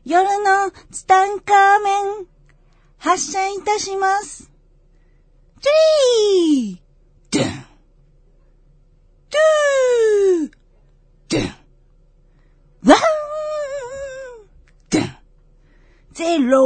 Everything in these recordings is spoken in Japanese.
夜のツタンカーメン、発射いたします。3、ドゥン、2、ドゥン、1、ドゥン、0。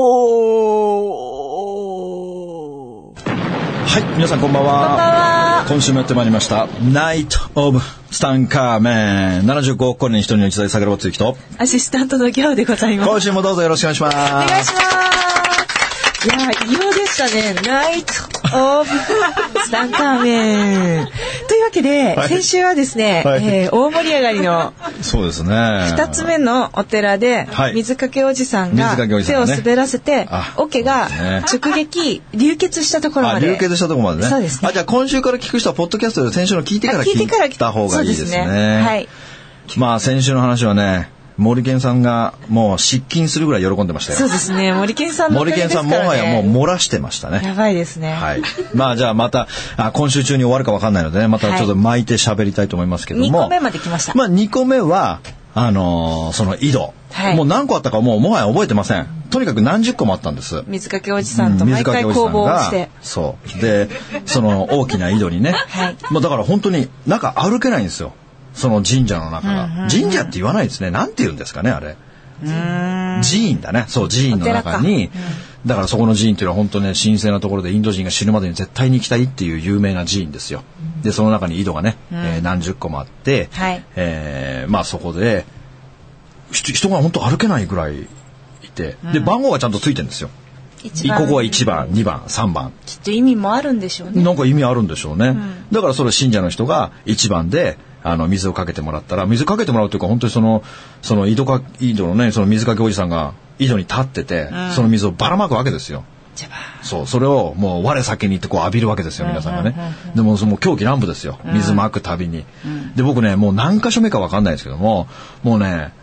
はい、皆さんこんばんは。 こんばんは。 今週もやってまいりましたナイトオブツタンカーメン。75億光年に一人の一代桜庭つゆきとアシスタントのギャオでございます。 今週もどうぞよろしくお願いします。 お願いします。いや、異様でしたね。ナイトオブツタンカーメン。というわけで、はい、先週はですね、はい、大盛り上がりのそうですね。 2つ目のお寺で、はい、水かけおじさんが手を滑らせて、桶が直撃、流血したところまで。 流血したところまでね。 そうですね。 じゃあ今週から聞く人はポッドキャストで先週の聞いてから聞いた方がいいですね。そうですね。はい。まあ先週の話はね、森健さんがもう失禁するぐらい喜んでましたよ。 そうですね。森健さんのおかげですからね。 森健さんもはやもう漏らしてましたね。 やばいですね。 はい。まあじゃあまた今週中に終わるか分かんないのでね、またちょっと巻いて喋りたいと思いますけども。 2個目まで来ました。 まあ2個目はその井戸、はい、もう何個あったかもはや覚えてません。とにかく何十個もあったんです。 水かけおじさんと毎回攻防をして、 そうでその大きな井戸にね、はい、まあだから本当に中歩けないんですよ。その神社の中が、神社って言わないですね。なんて言うんですかねあれ。寺院だね。そう寺院の中に、だからそこの寺院っていうのは本当ね神聖なところでインド人が死ぬまでに絶対に行きたいっていう有名な寺院ですよ。でその中に井戸がね、何十個もあって、はい、まあそこで人が本当歩けないぐらいいて、で番号がちゃんとついてるんですよ。ここは1番2番3番。 きっと意味もあるんでしょうね。 なんか意味あるんでしょうね。だからそれ信者の人が1番で水をかけてもらったら、水かけてもらうというか本当にその井戸のねその水かけおじさんが井戸に立ってて、その水をばらまくわけですよ。そうそれをもう我先にってこう浴びるわけですよ皆さんがね。でもその狂気乱舞ですよ。水まくたびに。で僕ねもう何箇所目かわかんないですけどもう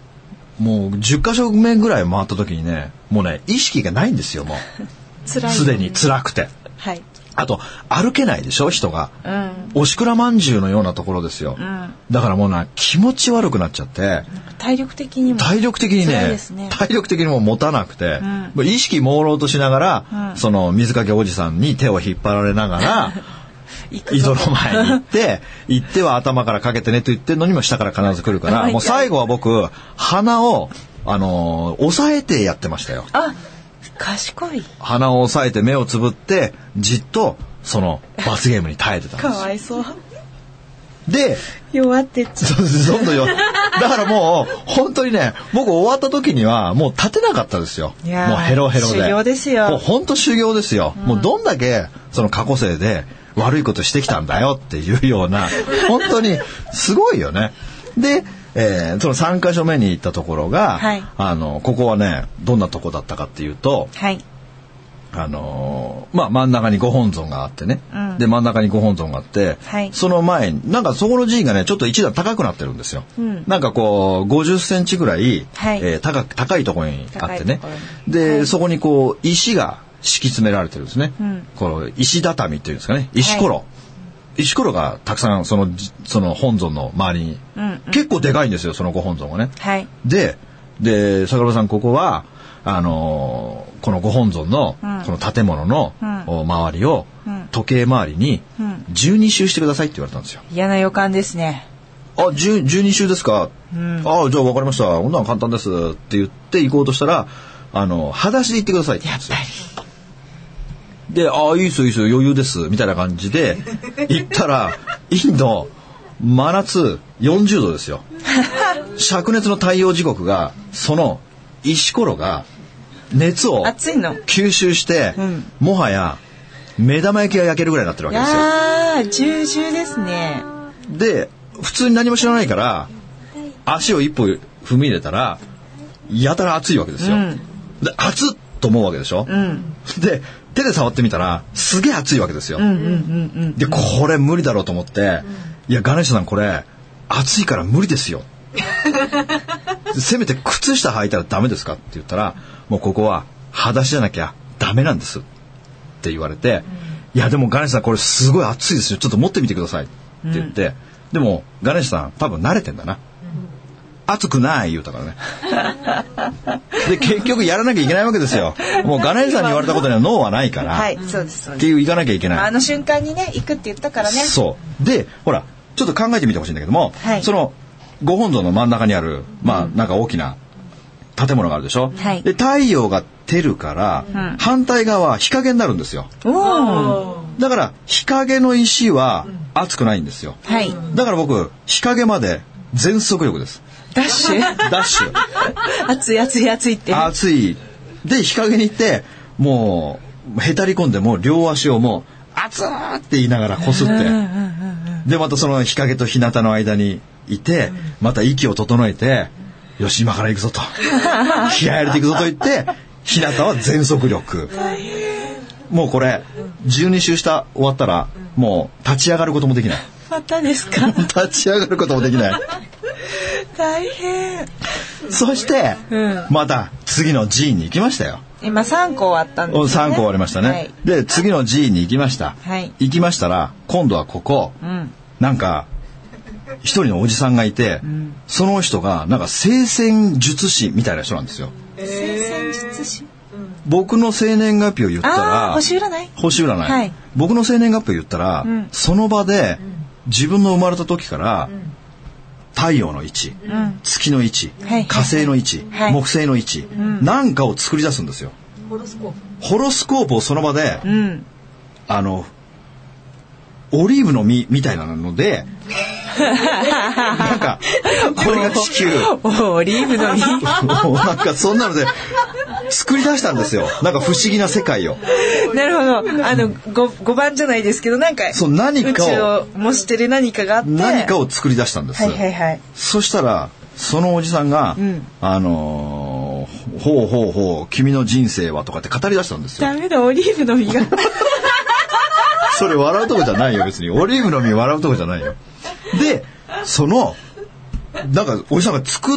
10箇所目ぐらい回った時にねもうね意識がないんですよもうすでに辛くて。はい。あと歩けないでしょ人が、おしくらまんじゅうのようなところですよ、だからもう気持ち悪くなっちゃって、 体力的にね体力的にも持たなくて、意識朦朧としながら、その水かけおじさんに手を引っ張られながら井戸の前に行っては頭からかけてねと言ってるのにも下から必ず来るからもう最後は僕鼻を押さえてやってましたよ。 賢い。鼻を押さえて目をつぶってじっとその罰ゲームに耐えてたんです。 かわいそうで弱ってっちゃう。 どんどんだからもう本当にね僕終わった時にはもう立てなかったですよ。もうヘロヘロで修行ですよ。 もう本当修行ですよ、もうどんだけその過去生で悪いことしてきたんだよっていうような本当にすごいよね。でその3カ所目に行ったところが、はい、ここはねどんなとこだったかっていうと、はい、まあ真ん中にご本尊があってね、で真ん中にご本尊があって、はい、その前になんかそこの寺院がねちょっと一段高くなってるんですよ、なんかこう50センチぐらい、はい、高いところにあってね、で、はい、そこにこう石が敷き詰められてるんですね、この石畳っていうんですかね石ころ、はい、石ころがたくさんその本尊の周りに、結構でかいんですよそのご本尊がね、はい、で桜庭さんここはこのご本尊のこの建物の周りを時計回りに12周してくださいって言われたんですよ。 嫌な予感ですね。 12周ですか、じゃあ分かりました、こんなの簡単ですって言って行こうとしたら裸足で行ってくださいって言うんですよ。でいいですよ余裕ですみたいな感じで行ったらインド真夏40度ですよ。灼熱の太陽時刻がその石ころが熱を吸収して、もはや目玉焼きが焼けるぐらいになってるわけですよ。 ジュージューですね。 で普通に何も知らないから足を一歩踏み入れたらやたら熱いわけですよ、で熱っと思うわけでしょ、で手で触ってみたらすげえ熱いわけですよ、でこれ無理だろうと思って、いやガネシャさんこれ暑いから無理ですよせめて靴下履いたらダメですかって言ったら、もうここは裸足じゃなきゃダメなんですって言われて、いやでもガネシャさんこれすごい暑いですよちょっと持ってみてくださいって言って、でもガネシャさん多分慣れてんだな、 熱くない言うたからね。で、結局やらなきゃいけないわけですよ。もうガネーさんに言われたことにはノーはないから。 はい、そうです。 っていう行かなきゃいけない。 あの瞬間にね、行くって言ったからね。 そう。で、ほら、ちょっと考えてみてほしいんだけども、 はい、 その、ご本尊の真ん中にある、まあ、なんか大きな建物があるでしょ。 はい、 で、太陽が照るから、反対側は日陰になるんですよ。だから、日陰の石は熱くないんですよ。 はい、 だから僕、日陰まで全速力です。 ダッシュダッシュ。 熱い熱い熱いって。 熱い。で、日陰に行って、もう、へたり込んで、もう両足をもう、熱ーって言いながらこすって。で、またその日陰と日向の間にいて、また息を整えて、よし、今から行くぞと。気合入れていくぞと言って、日向は全速力。もうこれ、12周終わったら、もう立ち上がることもできない。 またですか？ 立ち上がることもできない。 大変。 そして、また次の G に行きましたよ。 今3個終わったんですね。 3個終わりましたね。はい、で、次の G に行きました。 はい、 行きましたら、今度はここ、なんか、一人のおじさんがいて、その人が、なんか聖戦術師みたいな人なんですよ。 聖戦術師？ 僕の生年月日を言ったら、 星占い？ 星占い。はい、僕の生年月日を言ったら、その場で、自分の生まれた時から、太陽の位置、月の位置、火星の位置、木星の位置、なんかを作り出すんですよ。ホロスコープをその場で、オリーブの実みたいなので、なんか、これが地球。 オリーブの実なんかそんなので、作り出したんですよ。なんか不思議な世界を。 なるほど。5番じゃないですけど、なんか、 そう、何かを、 宇宙を模してる何かがあって。 何かを作り出したんです。 はいはいはい。 そしたら、そのおじさんが、ほうほうほう、君の人生はとかって語り出したんですよ。 ダメだ、オリーブの実が。 それ笑うとこじゃないよ、別に。オリーブの実笑うとこじゃないよ。で、なんか、おじさんが作って、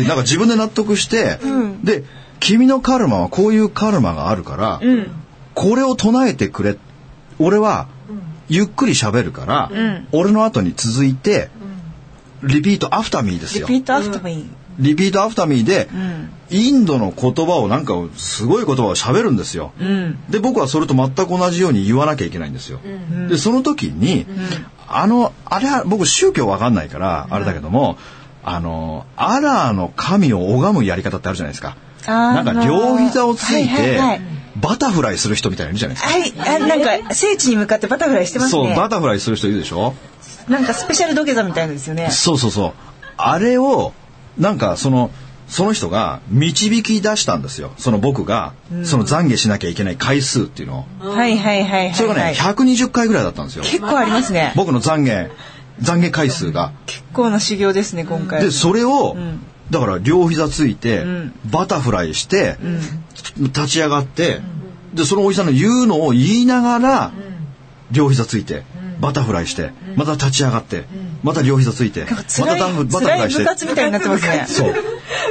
なんか自分で納得して、で、君のカルマはこういうカルマがあるから、これを唱えてくれ。俺は、ゆっくり喋るから、俺の後に続いて、リピートアフターミーですよ。 リピートアフターミー。 リピートアフターミーで、インドの言葉をなんかすごい言葉を喋るんですよ。で、僕はそれと全く同じように言わなきゃいけないんですよ。で、その時に、あれは僕宗教わかんないから、あれだけども、アラーの神を拝むやり方ってあるじゃないですか。なんか両膝をついて、バタフライする人みたいなのいるじゃないですか。 はい、なんか聖地に向かってバタフライしてますね。 そう、バタフライする人いるでしょ。 なんかスペシャル土下座みたいなんですよね。 そうそうそう。あれを、なんかその人が導き出したんですよ。僕が、その懺悔しなきゃいけない回数っていうのを。 はいはいはいはい。 それがね、120回ぐらいだったんですよ。 結構ありますね。 僕の懺悔回数が。 結構な修行ですね、今回。 で、それを、だから両膝ついて、バタフライして、立ち上がって、で、そのおじさんの言うのを言いながら、両膝ついて、バタフライして、また立ち上がって、また両膝ついて、またバタフライして。 部活みたいになってますね。 そう。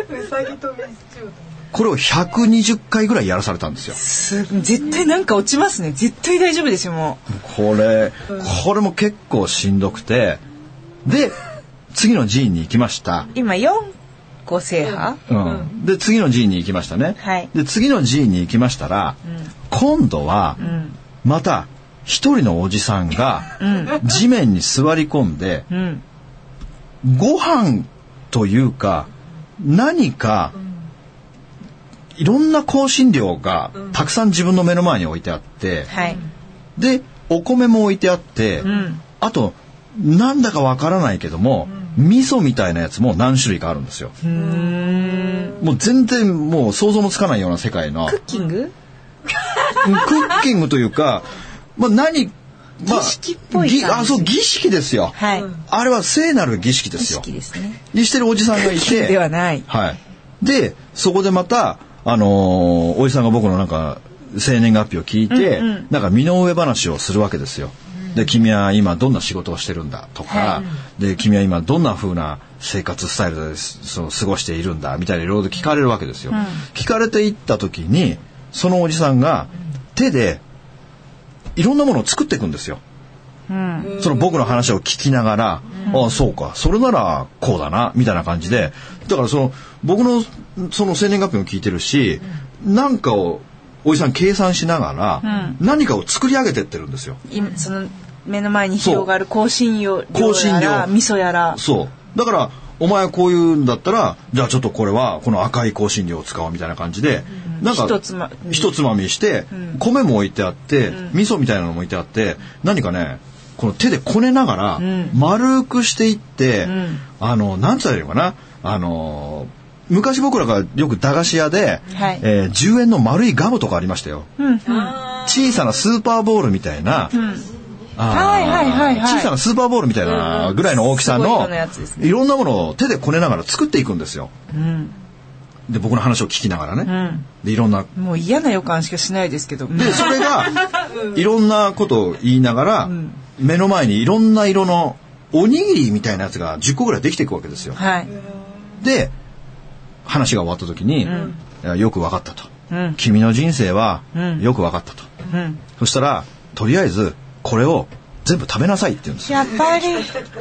これを120回ぐらいやらされたんですよ。 絶対なんか落ちますね。絶対大丈夫ですよ、もう。 これも結構しんどくて、で、次の寺院に行きました。 今4個制覇？ で、次の寺院に行きましたね。 はい。 で、次の寺院に行きましたら、今度は、また、一人のおじさんが地面に座り込んで、ご飯というか何かいろんな香辛料がたくさん自分の目の前に置いてあって、でお米も置いてあって、あとなんだかわからないけども、味噌みたいなやつも何種類かあるんですよ。もう全然もう想像もつかないような世界のクッキングというか、儀式っぽい感じ。そう、儀式ですよ。 はい。 あれは聖なる儀式ですよ。 儀式ですね。 にしてるおじさんがいて。 ではない。 はい。で、そこでまた、おじさんが僕のなんか、生年月日を聞いて、なんか身の上話をするわけですよ。で、君は今どんな仕事をしてるんだとか、で、君は今どんな風な生活スタイルで過ごしているんだみたいないろいろ聞かれるわけですよ。聞かれていった時に、そのおじさんが手で、いろんなものを作っていくんですよ。 その僕の話を聞きながら、ああそうか、それならこうだなみたいな感じで、だから僕のその生年月日も聞いてるし、なんかをおじさん計算しながら、何かを作り上げてってるんですよ。 その目の前に広がる香辛料やら味噌やら。 そうだから、お前はこういうんだったら、じゃあちょっとこれはこの赤い香辛料を使おうみたいな感じで、なんか一つまみして、米も置いてあって、味噌みたいなのも置いてあって、何かね、この手でこねながら丸くしていって、なんつったらいいのかな、昔僕らがよく駄菓子屋で、10円の丸いガムとかありましたよ。小さなスーパーボールみたいな、小さなスーパーボールみたいなぐらいの大きさのいろんなものを手でこねながら作っていくんですよ。で僕の話を聞きながらね、でいろんな、 もう嫌な予感しかしないですけど、 でそれがいろんなことを言いながら、目の前にいろんな色のおにぎりみたいなやつが10個ぐらいできていくわけですよ。で話が終わった時に、よく分かったと、君の人生はよく分かったと、そしたらとりあえずこれを全部食べなさいって言うんですよ。 やっぱり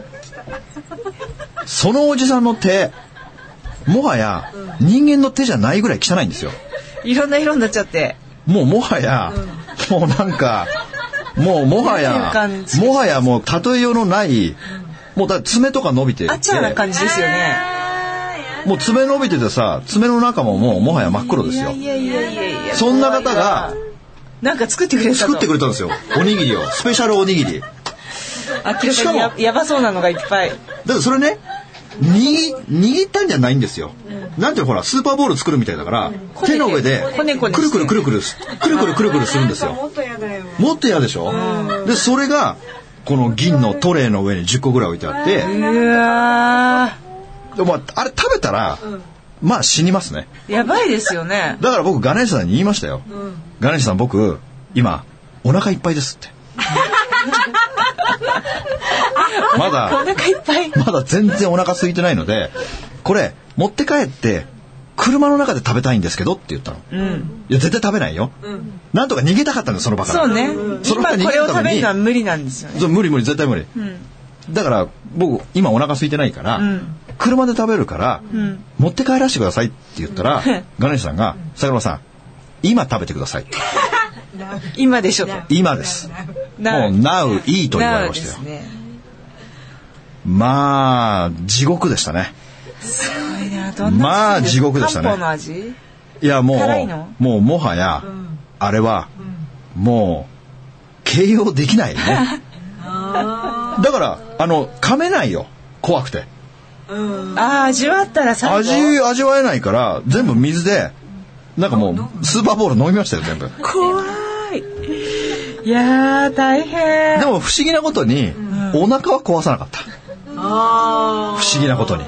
そのおじさんの手、もはや人間の手じゃないぐらい汚いんですよ。 いろんな色になっちゃって、 もはや、もうなんかもはやもう例えようのない、もうだ爪とか伸びてて、 あちゃな感じですよね。 もう爪伸びててさ、爪の中ももはや真っ黒ですよ。そんな方がなんか作ってくれたんですよ。おにぎりを、スペシャルおにぎり。 明らかにやばそうなのがいっぱい。 だからそれね、握ったんじゃないんですよ。なんていうの、ほらスーパーボール作るみたいだから、手の上でくるくるするんですよ。もっと嫌でしょ。でそれがこの銀のトレーの上に10個ぐらい置いてあって、でもあれ食べたら、まあ死にますね。 やばいですよね。 だから僕ガネーシュさんに言いましたよ。ガネーシュさん、僕今お腹いっぱいですって。まだお腹いっぱい。 まだ全然お腹空いてないので、これ持って帰って車の中で食べたいんですけどって言ったの。いや絶対食べないよ。なんとか逃げたかったんです、その場から。 そうね。今これを食べるのは無理なんですよね。 無理絶対無理。だから僕今お腹空いてないから、車で食べるから、持って帰らせてくださいって言ったら、ガネーシュさんが、坂本さん今食べてください。 今でしょと。 今です。もう Now いいと言われましたよ。まあ地獄でしたね。 すごいな。どんなまあ地獄でしたね。 漢方の味？ いやもはや、あれはもう形容できないよね。だから噛めないよ、怖くて。 味わったら味わえないから全部水で、なんかもうスーパーボール飲みましたよ全部。 怖い。いやー大変。 でも不思議なことに、お腹は壊さなかった。不思議なことに。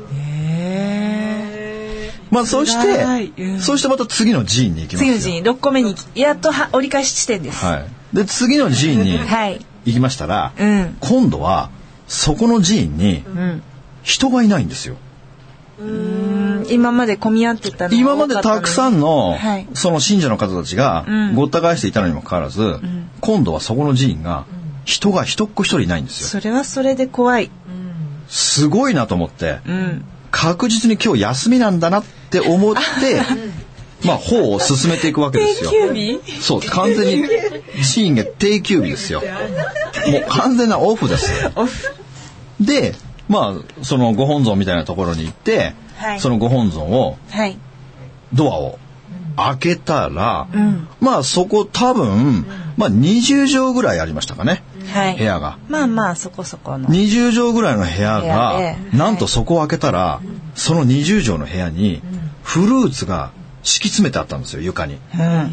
まあそしてまた次の寺院に行きますよ。 次の寺院6個目にやっと折り返し地点です。 で次の寺院に行きましたら、今度はそこの寺院に人がいないんですよ。 今まで混み合ってたの。 今までたくさんの、その信者の方たちがごった返していたのにもかかわらず、今度はそこの寺院が人が一っ子一人いないんですよ。 それはそれで怖い。 すごいなと思って、確実に今日休みなんだなって思ってまあ方を進めていくわけですよ。 定休日？ そう、完全に寺院が定休日ですよ。もう完全なオフです。でまあそのご本尊みたいなところに行って、そのご本尊を、ドアを開けたら、まあそこ多分、まあ20畳ぐらいありましたかね、部屋が。 まあまあそこそこの 20畳ぐらいの部屋が、なんとそこを開けたら、その20畳の部屋にフルーツが敷き詰めてあったんですよ、床に。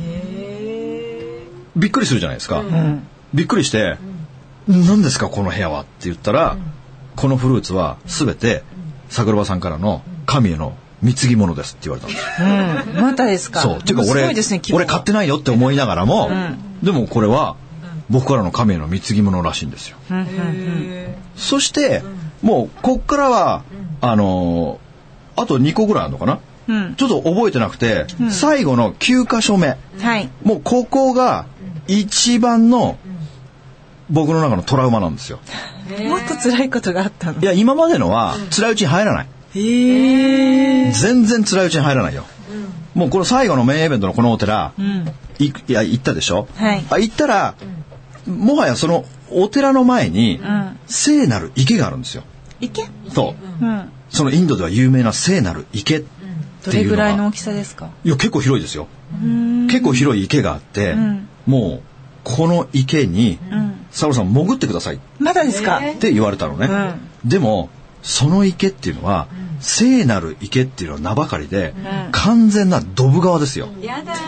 びっくりするじゃないですか。びっくりして、何ですかこの部屋はって言ったら、このフルーツは全て桜庭さんからの神への貢ぎ物ですって言われたんですよ。 またですか。 そう。ていうか俺買ってないよって思いながらも、でもこれは僕からの神への貢ぎ物らしいんですよ。そしてもうこっからはあと2個ぐらいあるのかな。ちょっと覚えてなくて、最後の9箇所目、もうここが一番の僕の中のトラウマなんですよ。 もっと辛いことがあったの？ いや、今までのは辛いうちに入らない。全然辛いうちに入らないよ。もうこの最後のメインイベントのこのお寺、行ったでしょ、 はい、 行ったら、もはやそのお寺の前に、聖なる池があるんですよ。 池？ そう、そのインドでは有名な聖なる池っていうのが。 どれぐらいの大きさですか？いや、結構広いですよ。結構広い池があって、もうこの池に、サロさん潜ってください。 まだですか？ って言われたのね。でもその池っていうのは、聖なる池っていうのは名ばかりで、完全なドブ川ですよ。 やだ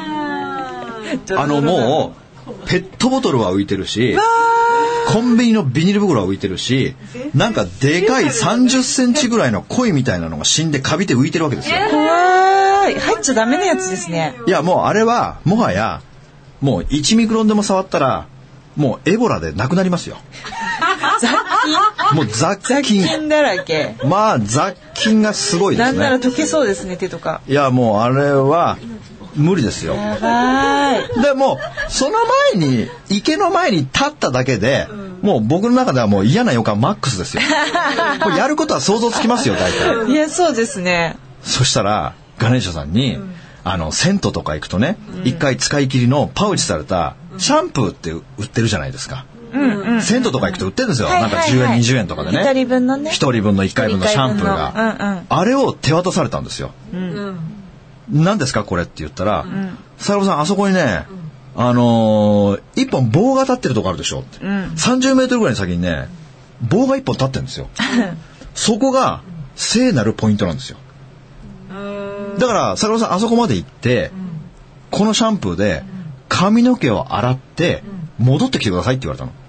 もうペットボトルは浮いてるし、コンビニのビニール袋は浮いてるし、なんかでかい30センチぐらいの鯉みたいなのが死んでカビて浮いてるわけですよ。 怖い。入っちゃダメなやつですね。 いや、もうあれはもはやもう1ミクロンでも触ったらもうエボラでなくなりますよ。 雑菌？ もう雑菌だらけ。 まあ雑菌がすごいですね。 なんなら溶けそうですね、手とか。 いや、もうあれは無理ですよ。 やばい。 でもその前に池の前に立っただけで、もう僕の中ではもう嫌な予感マックスですよ。もうやることは想像つきますよ、大体。 いや、そうですね。 そしたらガネーシャさんに、銭湯とか行くとね、一回使い切りのパウチされたシャンプーって売ってるじゃないですか。銭湯とか行くと売ってるんですよ。なんか10円20円とかでね。 1人分のね。 1人分の1回分のシャンプーが、あれを手渡されたんですよ。何ですかこれって言ったら、サロさん、あそこにね、一本棒が立ってるとこあるでしょって、30メートルぐらい先にね、棒が一本立ってるんですよ。そこが聖なるポイントなんですよ。だからサロさん、あそこまで行って、このシャンプーで髪の毛を洗って戻ってきてくださいって言われたの。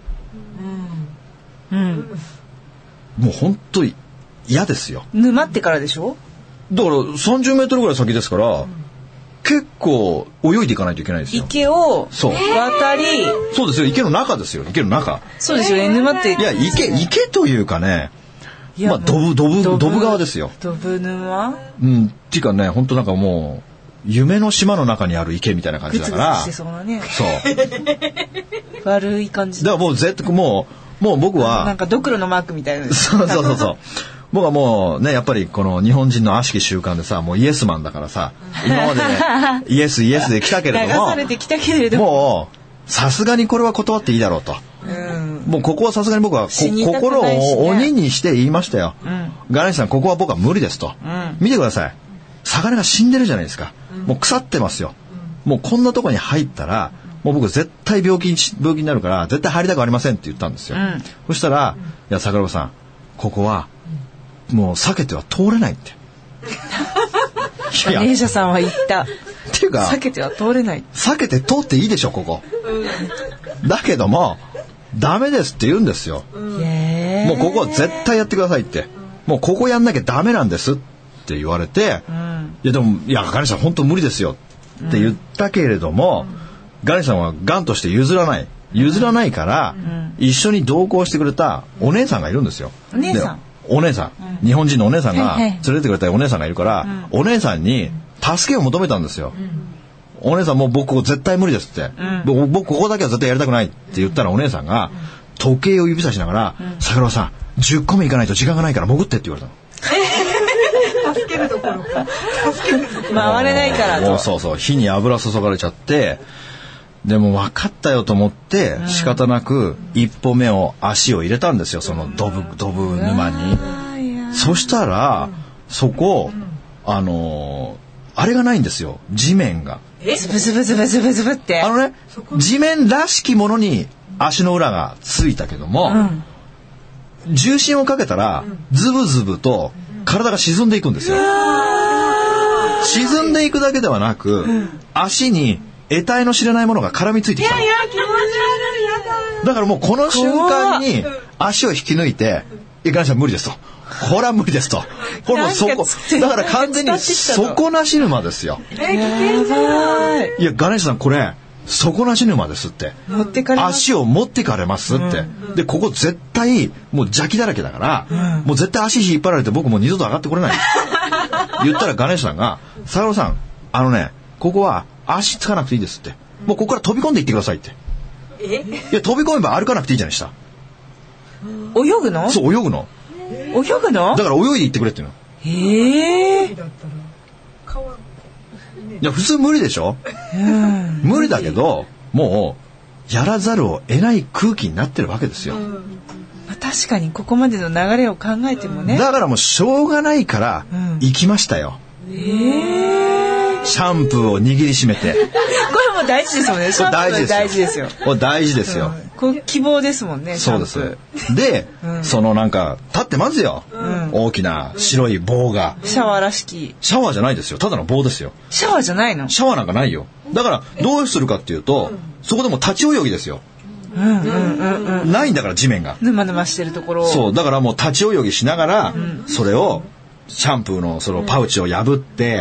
もう本当に嫌ですよ。 沼ってからでしょ？ だから30メートルぐらい先ですから、結構泳いでいかないといけないですよ。 池を渡り、 そうですよ、池の中ですよ、池の中。 そうですよね、沼って。 いや、池というかね、まあドブ川ですよ。 ドブ沼？ っていうかね、本当なんかもう夢の島の中にある池みたいな感じだから。 グツグツしてそうなね。 そう。 悪い感じ。 だからもう絶対もう僕はなんかドクロのマークみたいな。 そう。僕はもうね、やっぱりこの日本人の悪しき習慣でさ、もうイエスマンだからさ、今までイエスで来たけれども、 流されてきたけれども、 もうさすがにこれは断っていいだろうと。もうここはさすがに僕は心を鬼にして言いましたよ。ガネシさん、ここは僕は無理ですと。見てください。魚が死んでるじゃないですか。もう腐ってますよ。もうこんなとこに入ったら、もう僕絶対病気になるから絶対入りたくありませんって言ったんですよ。そしたら、いや、桜庭さん、ここはもう避けては通れないって。 ガネーシャさんは言った。 っていうか、 避けては通れない。 避けて通っていいでしょ、ここ。だけども、ダメですって言うんですよ。もうここは絶対やってくださいって。もうここやんなきゃダメなんですって言われて、いやでも、いや、ガネさん本当無理ですよって言ったけれども、ガネさんはガンとして譲らないから、一緒に同行してくれたお姉さんがいるんですよ。お姉さん、日本人のお姉さんが連れてってくれたお姉さんがいるから、お姉さんに助けを求めたんですよ。お姉さん、もう僕絶対無理ですって、僕ここだけは絶対やりたくないって言ったら、お姉さんが時計を指さしながら、桜庭さん10個目行かないと時間がないから潜ってって言われたの。 助けるところ回れないからと。 そう火に油注がれちゃって、でも分かったよと思って仕方なく一歩目を足を入れたんですよ、そのドブ沼に。そしたらそこあれがないんですよ、地面が。 ズブズブズブズブズブって。 地面らしきものに足の裏がついたけども、重心をかけたらズブズブと体が沈んでいくんですよ。沈んでいくだけではなく、足に得体の知れないものが絡みついてきたの。だからもうこの瞬間に足を引き抜いて、ガネさん無理ですと。これは無理ですと。これもそこ。だから完全に底なし沼ですよ。いや、ガネさん、これ底なし沼ですって。足を持ってかれますって。で、ここ絶対もう邪気だらけだから、もう絶対足引っ張られて僕もう二度と上がってこれない。言ったらガネさんが、坂野さん、ここは足つかなくていいですって。もうここから飛び込んでいってくださいって。 いや、飛び込めば歩かなくていいじゃないですか。 泳ぐの？ そう、泳ぐの。 泳ぐの？ だから泳いで行ってくれっていうの。 へえ。 いや、普通無理でしょ？無理だけど、もう、やらざるを得ない空気になってるわけですよ。 確かにここまでの流れを考えてもね。 だからもうしょうがないから行きましたよ。シャンプーを握りしめて。 これも大事ですもんね。シャンプー大事ですよ。 これ大事ですよ。 これ希望ですもんね。 そうです。で、そのなんか立ってますよ。大きな白い棒が。 シャワーらしき。 シャワーじゃないですよ。ただの棒ですよ。 シャワーじゃないの？ シャワーなんかないよ。だからどうするかっていうと、そこでも立ち泳ぎですよ。ないんだから地面が沼沼してるところ。 そうだからもう立ち泳ぎしながら、それをシャンプーのそのパウチを破って、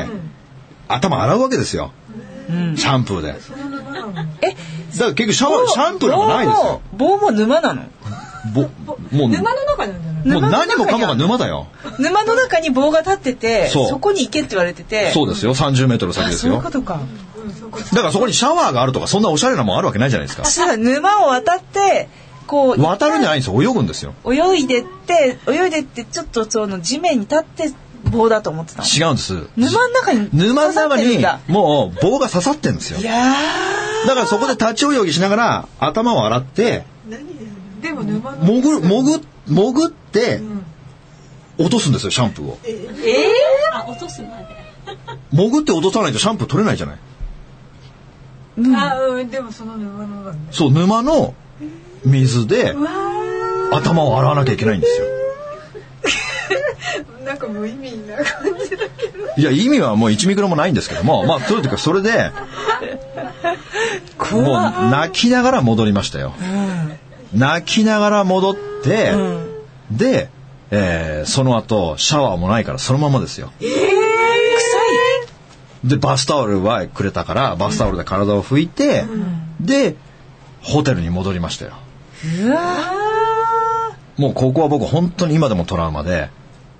頭洗うわけですよ、シャンプーで。だから結局シャンプーなんかないですよ。 棒も沼なの？ もう沼の中なんじゃない？ もう何もかもが沼だよ。 沼の中に棒が立ってて、そこに行けって言われてて。 そうですよ、30メートル先ですよ。 そういうことか。 だからそこにシャワーがあるとかそんなおしゃれなもんあるわけないじゃないですか。 さあ沼を渡ってこう渡るんじゃないんですよ、泳ぐんですよ。 泳いでってちょっとその地面に立って棒だと思ってたの。 違うんです。 沼の中にもう棒が刺さってるんですよ。 いやだからそこで立ち泳ぎしながら頭を洗ってでも沼の潜って落とすんですよ、シャンプーを。 落とすまで。 潜って落とさないとシャンプー取れないじゃない。 でもその沼の中に。 そう、沼の水で頭を洗わなきゃいけないんですよ。 なんか無意味な感じだけど。 いや、意味はもう1ミクロもないんですけども、まあとにかくそれでもう泣きながら戻りましたよ。泣きながら戻って、で、その後シャワーもないからそのままですよ。でバスタオルはくれたからバスタオルで体を拭いて、でホテルに戻りましたよ。もうここは僕本当に今でもトラウマで、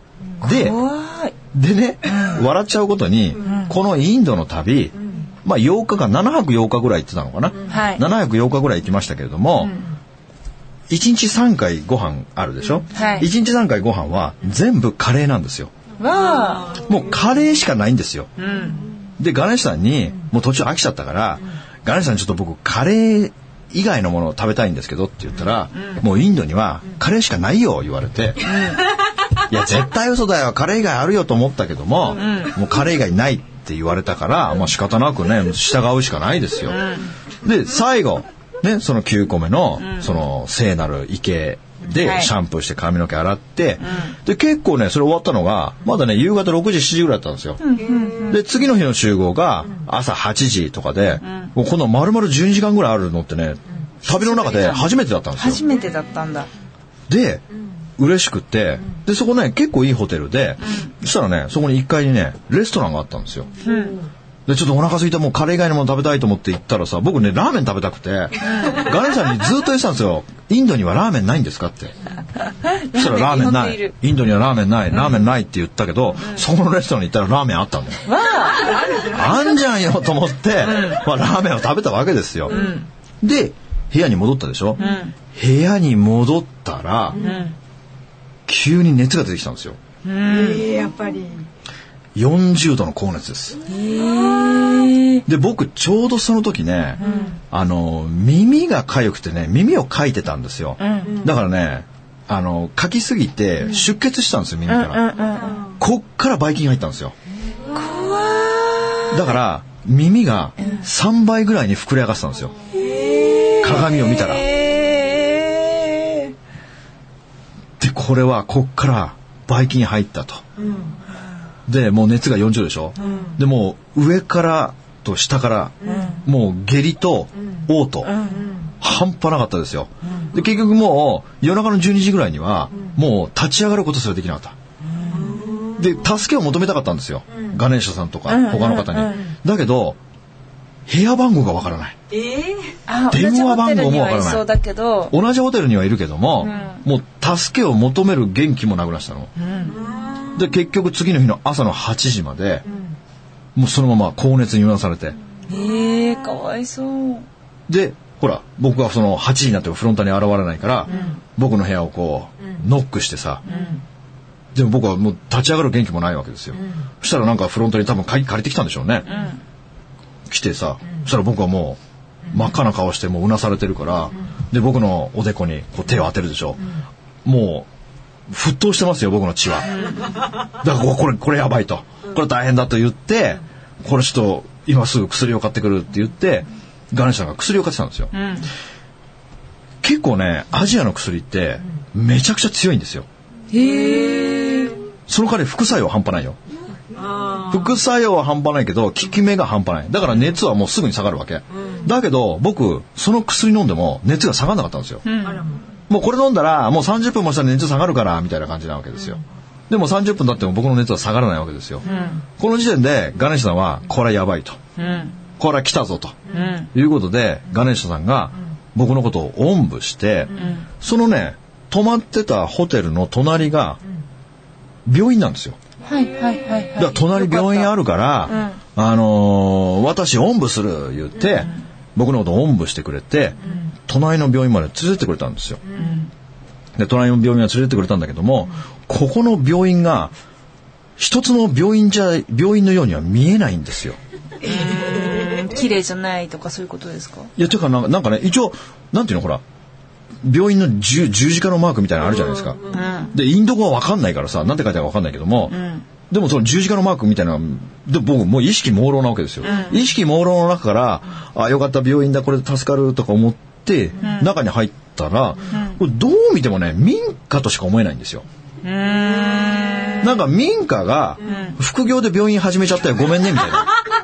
でね、笑っちゃうことに、このインドの旅、まあ8日間7泊8日ぐらい行ってたのかな、7泊8日ぐらい行きましたけれども、1日3回ご飯あるでしょ、1日3回ご飯は全部カレーなんですよ。もうカレーしかないんですよ。でガネシさんにもう途中飽きちゃったから、ガネシさんちょっと僕カレー以外のものを食べたいんですけどって言ったら、もうインドにはカレーしかないよ言われて、いや絶対嘘だよ、カレー以外あるよと思ったけども、もうカレー以外ないって言われたから、まあ仕方なくね従うしかないですよ。で最後ね、その9個目のその聖なる池でシャンプーして髪の毛洗って、で結構ねそれ終わったのがまだね夕方6時7時ぐらいだったんですよ。で次の日の集合が朝8時とかで、もうこの丸々12時間ぐらいあるのってね、旅の中で初めてだったんですよ。 初めてだったんだ。 で嬉しくて、でそこね結構いいホテルで、そしたらねそこに1階にねレストランがあったんですよ。でちょっとお腹空いた、もうカレー以外のもの食べたいと思って行ったらさ、僕ねラーメン食べたくてガネさんにずっと言ってたんですよ、インドにはラーメンないんですかって。そしたらラーメンない、インドにはラーメンない、ラーメンないって言ったけど、そこのレストランに行ったらラーメンあったんだよ。あんじゃんよと思って、まあ、ラーメンを食べたわけですよ。で部屋に戻ったでしょ、部屋に戻ったら、急に熱が出てきたんですよ。 やっぱり 40度の高熱です。で僕ちょうどその時ね、耳が痒くてね、耳をかいてたんですよ。だからねかきすぎて出血したんですよ、耳から。こっからばい菌入ったんですよ。だから耳が3倍ぐらいに膨れ上がってたんですよ、鏡を見たら。でこれはこっからばい菌入ったと。でもう熱が40でしょ、でもう上からと下から、もう下痢と嘔吐、半端なかったですよ。で結局もう夜中の12時ぐらいにはもう立ち上がることすらできなかった。で助けを求めたかったんですよ、ガネーシャさんとか他の方に。だけど部屋番号がわからない、電話番号もわからない。同じホテルにはいるけども、もう助けを求める元気もなくなったの。で結局次の日の朝の8時まで、もうそのまま高熱にうなされて、 かわいそうでほら僕はその8時になってもフロンターに現れないから、僕の部屋をこうノックしてさ、でも僕はもう立ち上がる元気もないわけですよ、そしたらなんかフロントに多分鍵借りてきたんでしょうね、来てさ、そしたら僕はもう真っ赤な顔してもううなされてるから、で僕のおでこにこう手を当てるでしょ、もう沸騰してますよ僕の血は。だからこれやばいと、これ大変だと言って、これちょっと今すぐ薬を買ってくるって言ってガネシさんが薬を買ってたんですよ、結構ねアジアの薬ってめちゃくちゃ強いんですよ。 へえ。 その代わり副作用は半端ないよ。副作用は半端ないけど効き目が半端ない。だから熱はもうすぐに下がるわけ、だけど僕その薬飲んでも熱が下がらなかったんですよ、もうこれ飲んだらもう30分もしたら熱下がるからみたいな感じなわけですよ、でも30分経っても僕の熱は下がらないわけですよ、この時点でガネシさんはこれはやばいと、これは来たぞと、いうことでガネシさんが僕のことをおんぶして、そのね泊まってたホテルの隣が病院なんですよ。だから隣病院あるから、私おんぶする言って、僕のことをおんぶしてくれて、隣の病院まで連れてってくれたんですよ、で隣の病院は連れてってくれたんだけども、ここの病院が一つの病院のようには見えないんですよ。 綺麗じゃないとかそういうことですか？ いやてかなんかね、一応なんていうの、ほら病院の十字架のマークみたいなのあるじゃないですか、でインド語は分かんないからさ、なんて書いてあるか分かんないけども、でもその十字架のマークみたいなので僕もう意識朦朧なわけですよ、意識朦朧の中からあよかった病院だこれで助かるとか思って、中に入ったら、これどう見てもね民家としか思えないんですよ。なんか民家が副業で病院始めちゃったよごめんねみたいな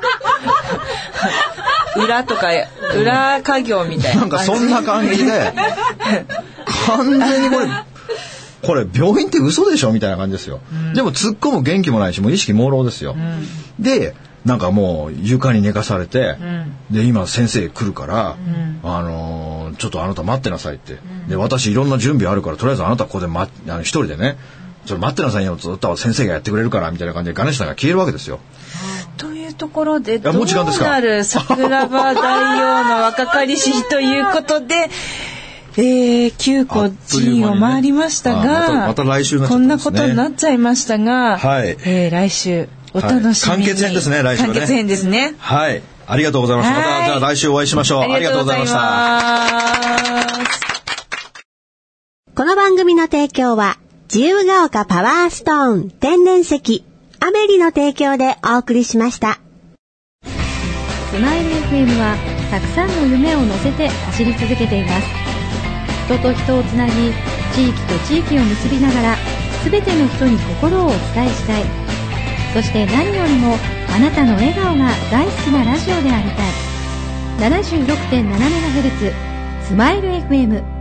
裏とか裏家業みたいななんかそんな感じで完全にこれ病院って嘘でしょみたいな感じですよ、でも突っ込む元気もないしもう意識朦朧ですよ、でなんかもう床に寝かされて、で今先生来るから、ちょっとあなた待ってなさいって、で私いろんな準備あるからとりあえずあなたここで一人でねちょっと待ってなさいよずっと先生がやってくれるからみたいな感じでガネシさんが消えるわけですよ。 というところでどうもう時間ですか？ なる桜庭大王の若かりしということで、9個陣を回りましたが、 また来週になっちゃったんですね。 こんなことになっちゃいましたが、 はい、 来週お楽しみに。 完結編ですね、来週はね。 完結編ですね。 はい、ありがとうございました。またじゃあ来週お会いしましょう。ありがとうございました。 この番組の提供は自由が丘パワーストーン天然石アメリの提供でお送りしました。 スマイル FM はたくさんの夢を乗せて走り続けています。人と人をつなぎ、地域と地域を結びながら全ての人に心をお伝えしたい。そして何よりもあなたの笑顔が大好きなラジオでありたい。 76.7MHz スマイル FM